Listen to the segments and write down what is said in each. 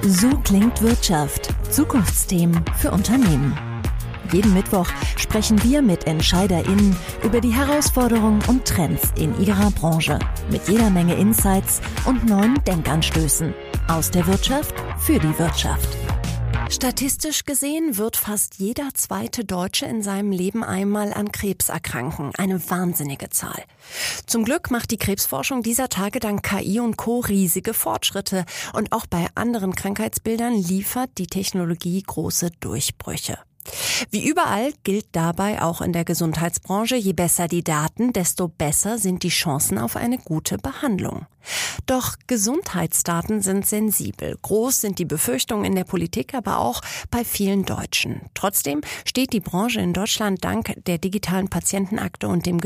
So klingt Wirtschaft. Zukunftsthemen für Unternehmen. Jeden Mittwoch sprechen wir mit EntscheiderInnen über die Herausforderungen und Trends in ihrer Branche. Mit jeder Menge Insights und neuen Denkanstößen. Aus der Wirtschaft für die Wirtschaft. Statistisch gesehen wird fast jeder zweite Deutsche in seinem Leben einmal an Krebs erkranken. Eine wahnsinnige Zahl. Zum Glück macht die Krebsforschung dieser Tage dank KI und Co. riesige Fortschritte. Und auch bei anderen Krankheitsbildern liefert die Technologie große Durchbrüche. Wie überall gilt dabei auch in der Gesundheitsbranche, je besser die Daten, desto besser sind die Chancen auf eine gute Behandlung. Doch Gesundheitsdaten sind sensibel. Groß sind die Befürchtungen in der Politik, aber auch bei vielen Deutschen. Trotzdem steht die Branche in Deutschland dank der digitalen Patientenakte und dem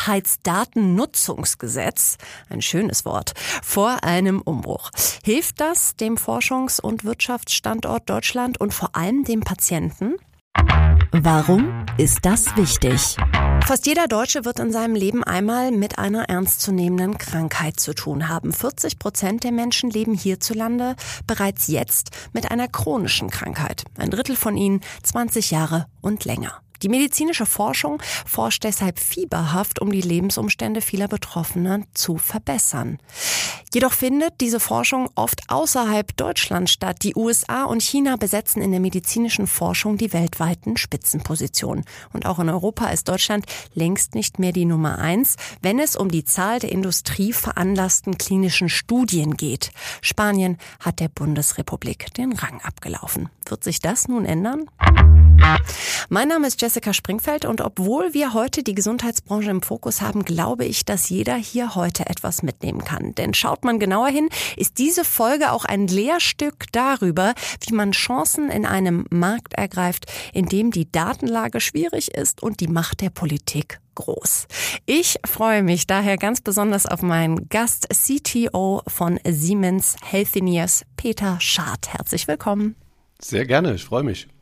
Gesundheitsdatennutzungsgesetz, ein schönes Wort, vor einem Umbruch. Hilft das dem Forschungs- und Wirtschaftsstandort Deutschland und vor allem dem Patienten? Warum ist das wichtig? Fast jeder Deutsche wird in seinem Leben einmal mit einer ernstzunehmenden Krankheit zu tun haben. 40% der Menschen leben hierzulande bereits jetzt mit einer chronischen Krankheit. Ein Drittel von ihnen 20 Jahre und länger. Die medizinische Forschung forscht deshalb fieberhaft, um die Lebensumstände vieler Betroffener zu verbessern. Jedoch findet diese Forschung oft außerhalb Deutschlands statt. Die USA und China besetzen in der medizinischen Forschung die weltweiten Spitzenpositionen. Und auch in Europa ist Deutschland längst nicht mehr die Nummer 1, wenn es um die Zahl der industrieveranlassten klinischen Studien geht. Spanien hat der Bundesrepublik den Rang abgelaufen. Wird sich das nun ändern? Mein Name ist Jessica Springfeld und obwohl wir heute die Gesundheitsbranche im Fokus haben, glaube ich, dass jeder hier heute etwas mitnehmen kann. Denn schaut man genauer hin, ist diese Folge auch ein Lehrstück darüber, wie man Chancen in einem Markt ergreift, in dem die Datenlage schwierig ist und die Macht der Politik groß. Ich freue mich daher ganz besonders auf meinen Gast, CTO von Siemens Healthineers, Peter Schardt. Herzlich willkommen. Sehr gerne, ich freue mich.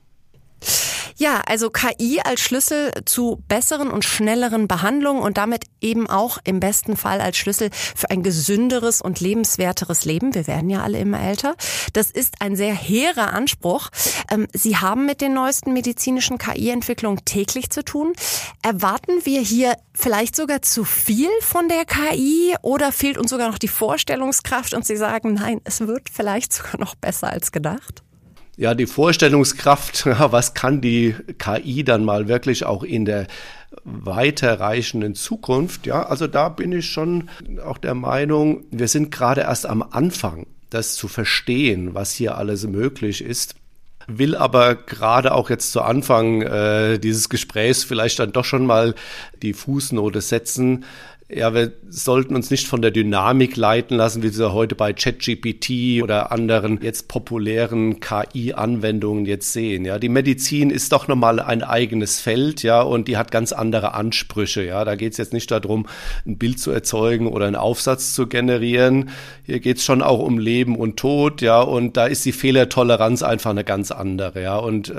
Ja, also KI als Schlüssel zu besseren und schnelleren Behandlungen und damit eben auch im besten Fall als Schlüssel für ein gesünderes und lebenswerteres Leben. Wir werden ja alle immer älter. Das ist ein sehr hehrer Anspruch. Sie haben mit den neuesten medizinischen KI-Entwicklungen täglich zu tun. Erwarten wir hier vielleicht sogar zu viel von der KI oder fehlt uns sogar noch die Vorstellungskraft und Sie sagen, nein, es wird vielleicht sogar noch besser als gedacht? Ja, die Vorstellungskraft, was kann die KI dann mal wirklich auch in der weiterreichenden Zukunft? Ja, also da bin ich schon auch der Meinung, wir sind gerade erst am Anfang, das zu verstehen, was hier alles möglich ist. Will aber gerade auch jetzt zu Anfang dieses Gesprächs vielleicht dann doch schon mal die Fußnote setzen. Ja, wir sollten uns nicht von der Dynamik leiten lassen, wie wir heute bei ChatGPT oder anderen jetzt populären KI-Anwendungen jetzt sehen. Ja, die Medizin ist doch nochmal ein eigenes Feld, ja, und die hat ganz andere Ansprüche. Ja, da geht es jetzt nicht darum, ein Bild zu erzeugen oder einen Aufsatz zu generieren. Hier geht es schon auch um Leben und Tod, ja, und da ist die Fehlertoleranz einfach eine ganz andere. Ja, und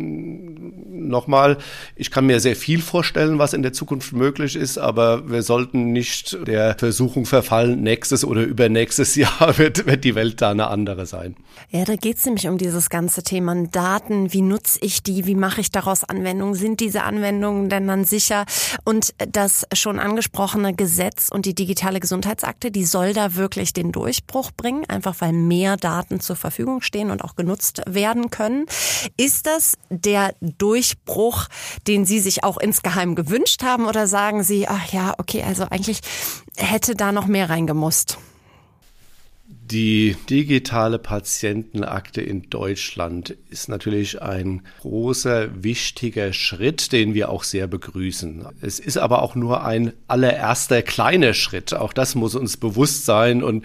nochmal, ich kann mir sehr viel vorstellen, was in der Zukunft möglich ist, aber wir sollten nicht der Versuchung verfallen, nächstes oder übernächstes Jahr wird die Welt da eine andere sein. Ja, da geht es nämlich um dieses ganze Thema Daten. Wie nutze ich die? Wie mache ich daraus Anwendungen? Sind diese Anwendungen denn dann sicher? Und das schon angesprochene Gesetz und die digitale Gesundheitsakte, die soll da wirklich den Durchbruch bringen, einfach weil mehr Daten zur Verfügung stehen und auch genutzt werden können. Ist das der Durchbruch, den Sie sich auch insgeheim gewünscht haben, oder sagen Sie, ach ja, okay, also eigentlich hätte da noch mehr reingemusst? Die digitale Patientenakte in Deutschland ist natürlich ein großer, wichtiger Schritt, den wir auch sehr begrüßen. Es ist aber auch nur ein allererster kleiner Schritt. Auch das muss uns bewusst sein. Und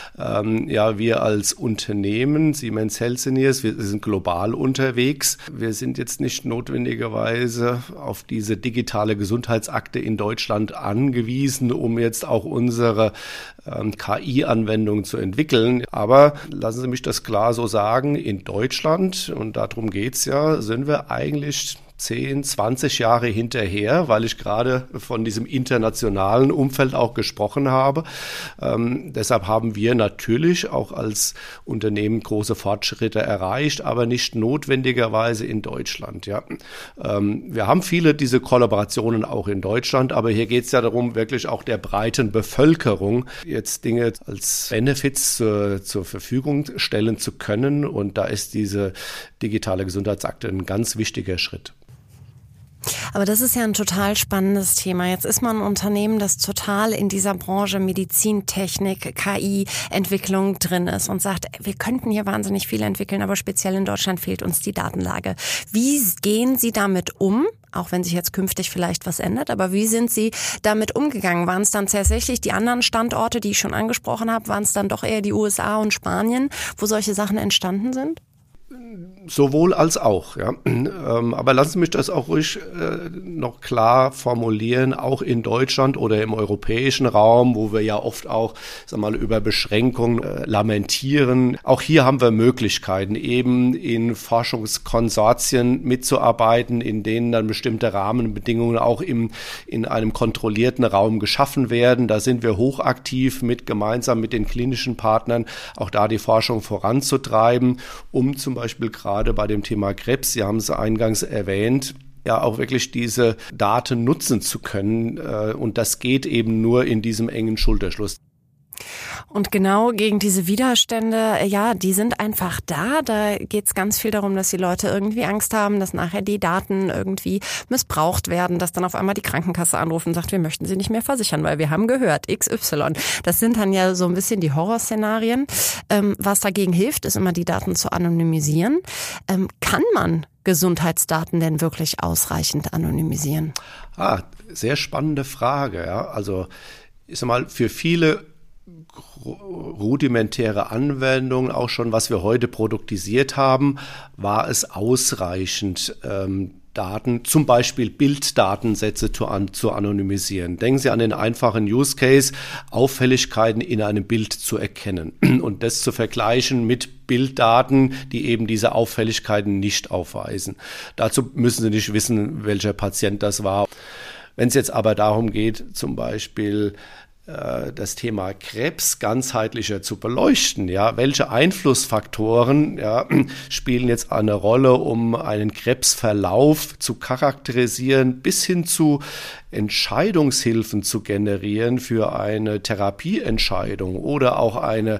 wir als Unternehmen, Siemens Healthineers, wir sind global unterwegs. Wir sind jetzt nicht notwendigerweise auf diese digitale Gesundheitsakte in Deutschland angewiesen, um jetzt auch unsere KI-Anwendungen zu entwickeln. Aber lassen Sie mich das klar so sagen, in Deutschland, und darum geht's ja, sind wir eigentlich 10, 20 Jahre hinterher, weil ich gerade von diesem internationalen Umfeld auch gesprochen habe. Deshalb haben wir natürlich auch als Unternehmen große Fortschritte erreicht, aber nicht notwendigerweise in Deutschland. Ja. Wir haben viele diese Kollaborationen auch in Deutschland, aber hier geht es ja darum, wirklich auch der breiten Bevölkerung jetzt Dinge als Benefits zur Verfügung stellen zu können. Und da ist diese digitale Gesundheitsakte ein ganz wichtiger Schritt. Aber das ist ja ein total spannendes Thema. Jetzt ist man ein Unternehmen, das total in dieser Branche Medizintechnik, KI-Entwicklung drin ist und sagt, wir könnten hier wahnsinnig viel entwickeln, aber speziell in Deutschland fehlt uns die Datenlage. Wie gehen Sie damit um? Auch wenn sich jetzt künftig vielleicht was ändert, aber wie sind Sie damit umgegangen? Waren es dann tatsächlich die anderen Standorte, die ich schon angesprochen habe? Waren es dann doch eher die USA und Spanien, wo solche Sachen entstanden sind? Sowohl als auch, ja. Aber lassen Sie mich das auch ruhig noch klar formulieren, auch in Deutschland oder im europäischen Raum, wo wir ja oft auch, über Beschränkungen lamentieren. Auch hier haben wir Möglichkeiten, eben in Forschungskonsortien mitzuarbeiten, in denen dann bestimmte Rahmenbedingungen auch in einem kontrollierten Raum geschaffen werden. Da sind wir hochaktiv gemeinsam mit den klinischen Partnern, auch da die Forschung voranzutreiben, um zum Beispiel gerade bei dem Thema Krebs, Sie haben es eingangs erwähnt, ja auch wirklich diese Daten nutzen zu können. Und das geht eben nur in diesem engen Schulterschluss. Und genau gegen diese Widerstände, ja, die sind einfach da. Da geht es ganz viel darum, dass die Leute irgendwie Angst haben, dass nachher die Daten irgendwie missbraucht werden, dass dann auf einmal die Krankenkasse anruft und sagt, wir möchten sie nicht mehr versichern, weil wir haben gehört, XY. Das sind dann ja so ein bisschen die Horrorszenarien. Was dagegen hilft, ist immer die Daten zu anonymisieren. Kann man Gesundheitsdaten denn wirklich ausreichend anonymisieren? Sehr spannende Frage. Ja. Also ich sag mal, für viele rudimentäre Anwendungen, auch schon was wir heute produktisiert haben, war es ausreichend, Daten, zum Beispiel Bilddatensätze zu anonymisieren. Denken Sie an den einfachen Use Case, Auffälligkeiten in einem Bild zu erkennen und das zu vergleichen mit Bilddaten, die eben diese Auffälligkeiten nicht aufweisen. Dazu müssen Sie nicht wissen, welcher Patient das war. Wenn es jetzt aber darum geht, zum Beispiel das Thema Krebs ganzheitlicher zu beleuchten. Ja, welche Einflussfaktoren spielen jetzt eine Rolle, um einen Krebsverlauf zu charakterisieren, bis hin zu Entscheidungshilfen zu generieren für eine Therapieentscheidung oder auch eine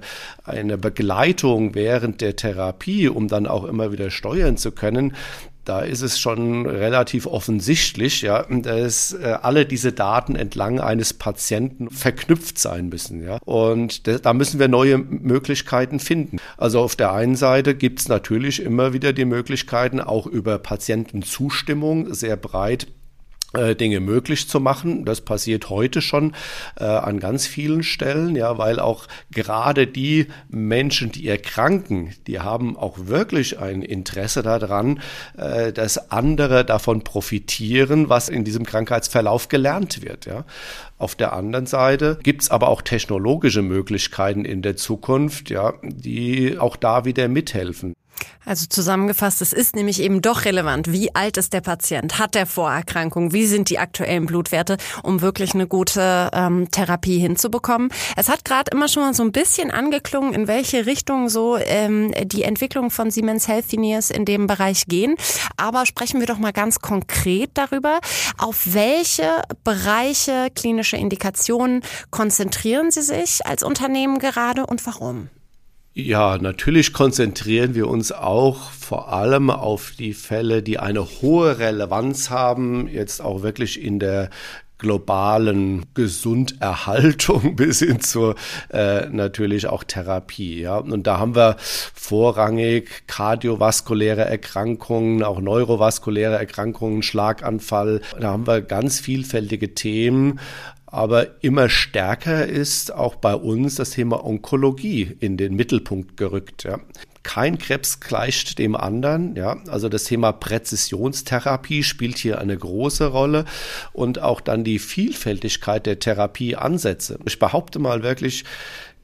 Begleitung während der Therapie, um dann auch immer wieder steuern zu können. Da ist es schon relativ offensichtlich, ja, dass alle diese Daten entlang eines Patienten verknüpft sein müssen. Ja. Und da müssen wir neue Möglichkeiten finden. Also auf der einen Seite gibt es natürlich immer wieder die Möglichkeiten, auch über Patientenzustimmung sehr breit Dinge möglich zu machen. Das passiert heute schon an ganz vielen Stellen, ja, weil auch gerade die Menschen, die erkranken, die haben auch wirklich ein Interesse daran, dass andere davon profitieren, was in diesem Krankheitsverlauf gelernt wird, ja. Auf der anderen Seite gibt es aber auch technologische Möglichkeiten in der Zukunft, ja, die auch da wieder mithelfen. Also zusammengefasst, es ist nämlich eben doch relevant, wie alt ist der Patient, hat der Vorerkrankung, wie sind die aktuellen Blutwerte, um wirklich eine gute Therapie hinzubekommen. Es hat gerade immer schon mal so ein bisschen angeklungen, in welche Richtung so die Entwicklung von Siemens Healthineers in dem Bereich gehen. Aber sprechen wir doch mal ganz konkret darüber, auf welche Bereiche klinische Indikationen konzentrieren Sie sich als Unternehmen gerade und warum? Ja, natürlich konzentrieren wir uns auch vor allem auf die Fälle, die eine hohe Relevanz haben, jetzt auch wirklich in der globalen Gesunderhaltung bis hin zur natürlich auch Therapie. Ja. Und da haben wir vorrangig kardiovaskuläre Erkrankungen, auch neurovaskuläre Erkrankungen, Schlaganfall. Da haben wir ganz vielfältige Themen. Aber immer stärker ist auch bei uns das Thema Onkologie in den Mittelpunkt gerückt. Ja. Kein Krebs gleicht dem anderen. Ja. Also das Thema Präzisionstherapie spielt hier eine große Rolle und auch dann die Vielfältigkeit der Therapieansätze. Ich behaupte mal wirklich,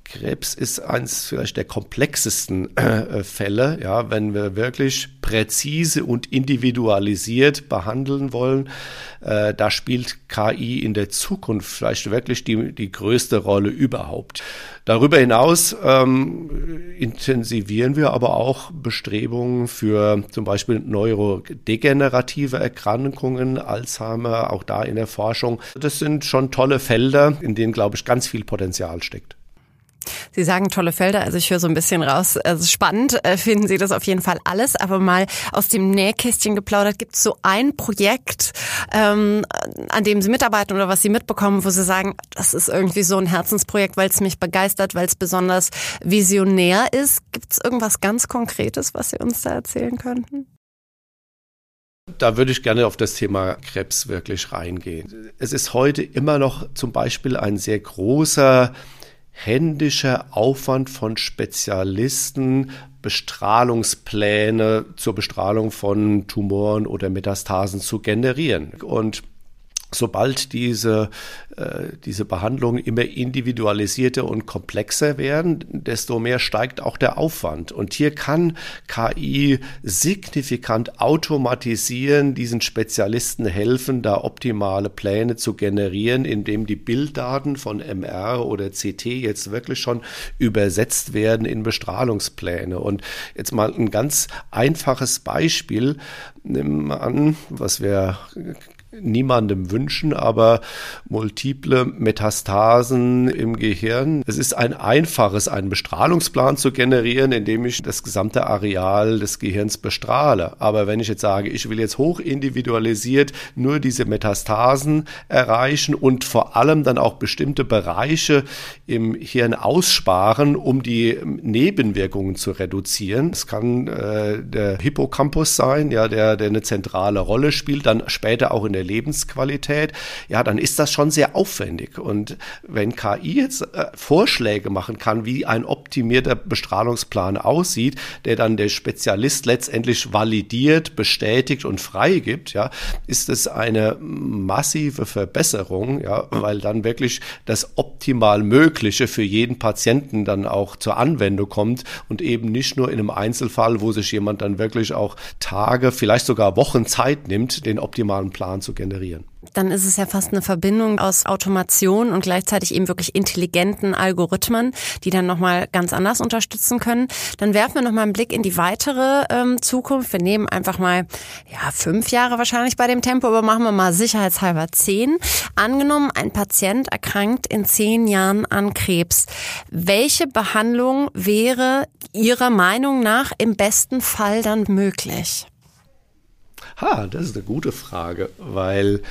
Krebs ist eines vielleicht der komplexesten Fälle, ja, wenn wir wirklich präzise und individualisiert behandeln wollen. Da spielt KI in der Zukunft vielleicht wirklich die größte Rolle überhaupt. Darüber hinaus intensivieren wir aber auch Bestrebungen für zum Beispiel neurodegenerative Erkrankungen, Alzheimer, auch da in der Forschung. Das sind schon tolle Felder, in denen, glaube ich, ganz viel Potenzial steckt. Sie sagen tolle Felder, also ich höre so ein bisschen raus. Also spannend finden Sie das auf jeden Fall alles, aber mal aus dem Nähkästchen geplaudert, gibt es so ein Projekt, an dem Sie mitarbeiten oder was Sie mitbekommen, wo Sie sagen, das ist irgendwie so ein Herzensprojekt, weil es mich begeistert, weil es besonders visionär ist. Gibt es irgendwas ganz Konkretes, was Sie uns da erzählen könnten? Da würde ich gerne auf das Thema Krebs wirklich reingehen. Es ist heute immer noch zum Beispiel ein sehr großer händischer Aufwand von Spezialisten, Bestrahlungspläne zur Bestrahlung von Tumoren oder Metastasen zu generieren. Und sobald diese Behandlungen immer individualisierter und komplexer werden, desto mehr steigt auch der Aufwand. Und hier kann KI signifikant automatisieren, diesen Spezialisten helfen, da optimale Pläne zu generieren, indem die Bilddaten von MR oder CT jetzt wirklich schon übersetzt werden in Bestrahlungspläne. Und jetzt mal ein ganz einfaches Beispiel. Nehmen wir an, was wir niemandem wünschen, aber multiple Metastasen im Gehirn. Es ist ein einfaches, einen Bestrahlungsplan zu generieren, indem ich das gesamte Areal des Gehirns bestrahle. Aber wenn ich jetzt sage, ich will jetzt hoch individualisiert nur diese Metastasen erreichen und vor allem dann auch bestimmte Bereiche im Hirn aussparen, um die Nebenwirkungen zu reduzieren. Es kann der Hippocampus sein, ja, der eine zentrale Rolle spielt, dann später auch in der Lebensqualität, ja, dann ist das schon sehr aufwendig. Und wenn KI jetzt Vorschläge machen kann, wie ein optimierter Bestrahlungsplan aussieht, der dann der Spezialist letztendlich validiert, bestätigt und freigibt, ja, ist es eine massive Verbesserung, ja, weil dann wirklich das optimal Mögliche für jeden Patienten dann auch zur Anwendung kommt und eben nicht nur in einem Einzelfall, wo sich jemand dann wirklich auch Tage, vielleicht sogar Wochen Zeit nimmt, den optimalen Plan zu generieren. Dann ist es ja fast eine Verbindung aus Automation und gleichzeitig eben wirklich intelligenten Algorithmen, die dann nochmal ganz anders unterstützen können. Dann werfen wir nochmal einen Blick in die weitere Zukunft. Wir nehmen einfach mal 5 Jahre wahrscheinlich bei dem Tempo, aber machen wir mal sicherheitshalber 10. Angenommen, ein Patient erkrankt in 10 Jahren an Krebs. Welche Behandlung wäre Ihrer Meinung nach im besten Fall dann möglich? Das ist eine gute Frage, weil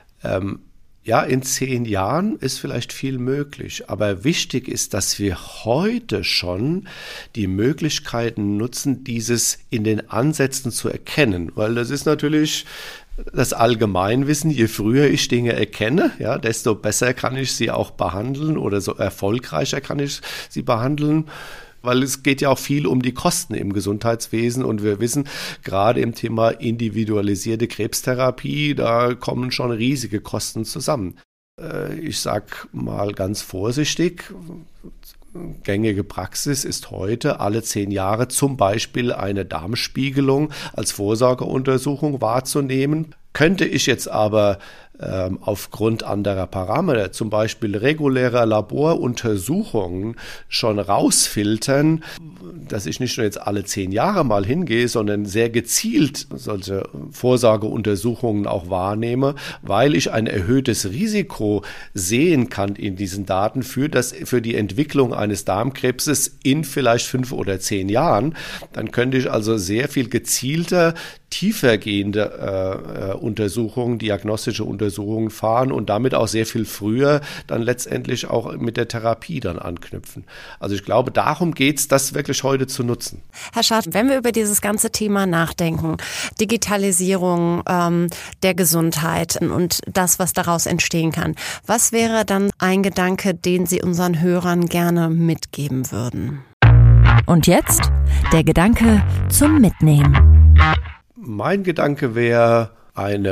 in 10 Jahren ist vielleicht viel möglich, aber wichtig ist, dass wir heute schon die Möglichkeiten nutzen, dieses in den Ansätzen zu erkennen, weil das ist natürlich das Allgemeinwissen, je früher ich Dinge erkenne, ja, desto besser kann ich sie auch behandeln oder so erfolgreicher kann ich sie behandeln. Weil es geht ja auch viel um die Kosten im Gesundheitswesen und wir wissen, gerade im Thema individualisierte Krebstherapie, da kommen schon riesige Kosten zusammen. Ich sag mal ganz vorsichtig, gängige Praxis ist heute, alle 10 Jahre zum Beispiel eine Darmspiegelung als Vorsorgeuntersuchung wahrzunehmen. Könnte ich jetzt aber aufgrund anderer Parameter, zum Beispiel regulärer Laboruntersuchungen, schon rausfiltern, dass ich nicht nur jetzt alle 10 Jahre mal hingehe, sondern sehr gezielt solche Vorsorgeuntersuchungen auch wahrnehme, weil ich ein erhöhtes Risiko sehen kann in diesen Daten für die Entwicklung eines Darmkrebses in vielleicht 5 oder 10 Jahren. Dann könnte ich also sehr viel gezielter tiefergehende Untersuchungen, diagnostische Untersuchungen fahren und damit auch sehr viel früher dann letztendlich auch mit der Therapie dann anknüpfen. Also ich glaube, darum geht's, das wirklich heute zu nutzen. Herr Schardt, wenn wir über dieses ganze Thema nachdenken, Digitalisierung der Gesundheit und das, was daraus entstehen kann, was wäre dann ein Gedanke, den Sie unseren Hörern gerne mitgeben würden? Und jetzt der Gedanke zum Mitnehmen. Mein Gedanke wäre, eine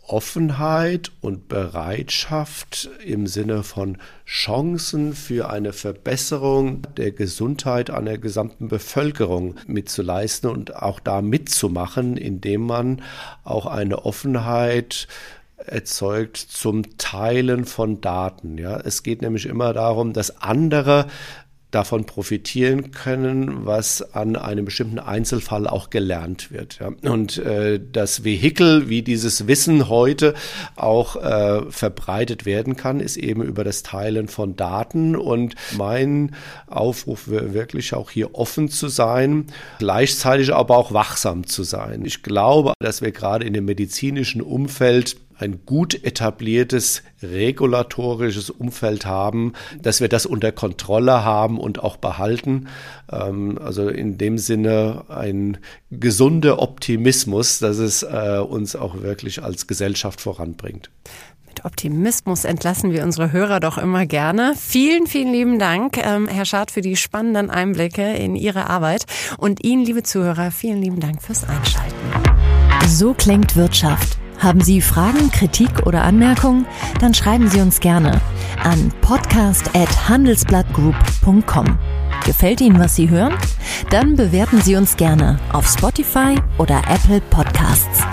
Offenheit und Bereitschaft im Sinne von Chancen für eine Verbesserung der Gesundheit einer gesamten Bevölkerung mitzuleisten und auch da mitzumachen, indem man auch eine Offenheit erzeugt zum Teilen von Daten. Ja, es geht nämlich immer darum, dass andere davon profitieren können, was an einem bestimmten Einzelfall auch gelernt wird. Ja. Und das Vehikel, wie dieses Wissen heute auch verbreitet werden kann, ist eben über das Teilen von Daten. Und mein Aufruf wäre wirklich auch hier offen zu sein, gleichzeitig aber auch wachsam zu sein. Ich glaube, dass wir gerade in dem medizinischen Umfeld ein gut etabliertes regulatorisches Umfeld haben, dass wir das unter Kontrolle haben und auch behalten. Also in dem Sinne ein gesunder Optimismus, dass es uns auch wirklich als Gesellschaft voranbringt. Mit Optimismus entlassen wir unsere Hörer doch immer gerne. Vielen, vielen lieben Dank, Herr Schardt, für die spannenden Einblicke in Ihre Arbeit. Und Ihnen, liebe Zuhörer, vielen lieben Dank fürs Einschalten. So klingt Wirtschaft. Haben Sie Fragen, Kritik oder Anmerkungen? Dann schreiben Sie uns gerne an podcast@handelsblattgroup.com. Gefällt Ihnen, was Sie hören? Dann bewerten Sie uns gerne auf Spotify oder Apple Podcasts.